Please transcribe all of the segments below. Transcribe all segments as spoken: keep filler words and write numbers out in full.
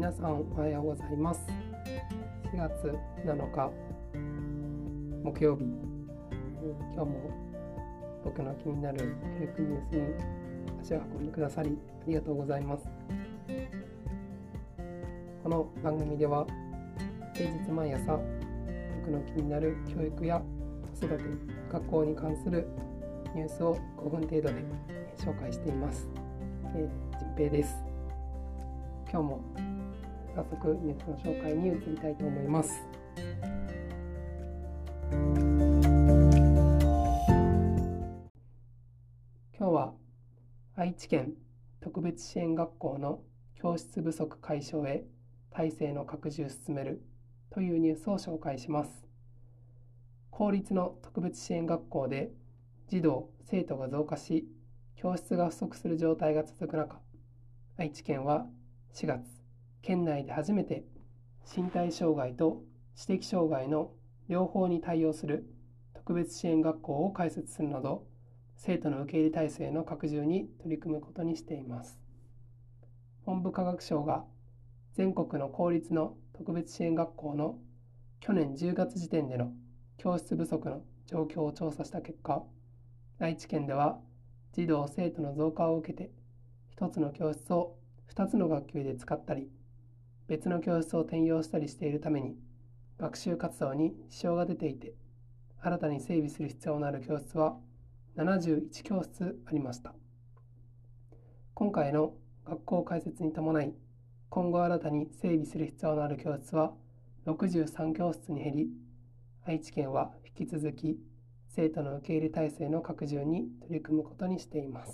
皆さんおはようございます。しがつなのか木曜日、今日も僕の気になる教育ニュースに足を運んでくださりありがとうございます。この番組では平日毎朝僕の気になる教育や子育て、学校に関するニュースをごふん程度で紹介しています。えー、じんぺいです。今日も早速ニュースの紹介に移りたいと思います。今日は愛知県特別支援学校の教室不足解消へ体制の拡充進めるというニュースを紹介します。公立の特別支援学校で児童・生徒が増加し、教室が不足する状態が続く中、愛知県はしがつ、県内で初めて身体障害と知的障害の両方に対応する特別支援学校を開設するなど、生徒の受け入れ体制の拡充に取り組むことにしています。文部科学省が全国の公立の特別支援学校の去年じゅうがつ時点での教室不足の状況を調査した結果、愛知県では児童・生徒の増加を受けて、一つの教室を二つの学級で使ったり、別の教室を転用したりしているために、学習活動に支障が出ていて、新たに整備する必要のある教室はななじゅういちきょうしつありました。今回の学校開設に伴い、今後新たに整備する必要のある教室はろくじゅうさんきょうしつに減り、愛知県は引き続き生徒の受け入れ体制の拡充に取り組むことにしています。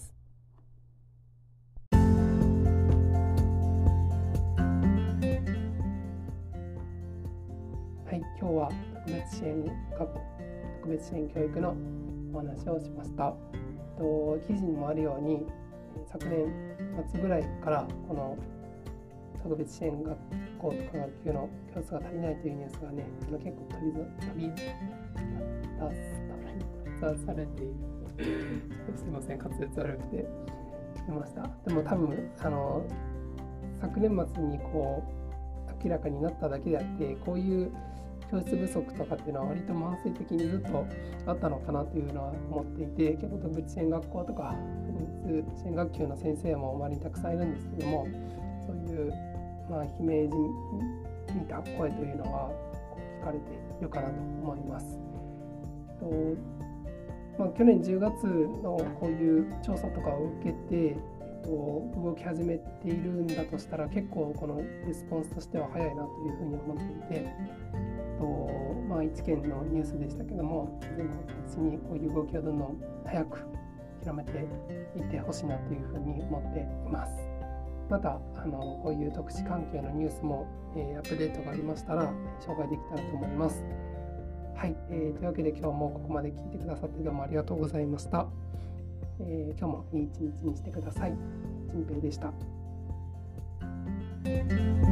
はい、今日は特別支援学校、特別支援教育のお話をしました。と記事にもあるように、昨年末ぐらいからこの特別支援学校とか学級の教室が足りないというニュースがね、結構取り取り出されているすいません、滑舌悪くて出ました。でも多分あの昨年末にこう明らかになっただけであって、こういう教室不足とかっていうのは割と慢性的にずっとあったのかなというのは思っていて、結構特別支援学校とか特別支援学級の先生も周りにたくさんいるんですけども、そういう、まあ、悲鳴じみた声というのは聞かれているかなと思います。とまあ、去年じゅうがつのこういう調査とかを受けて、えっと、動き始めているんだとしたら、結構このレスポンスとしては早いなというふうに思っていて、とまあ、愛知県のニュースでしたけども、全国的にこういう動きをどんどん早く広めていってほしいなというふうに思っています。またあのこういう特殊関係のニュースも、えー、アップデートがありましたら紹介できたらと思います。はい、えー、というわけで今日もここまで聞いてくださってどうもありがとうございました。えー、今日もいい一日にしてください。じんぺいでした。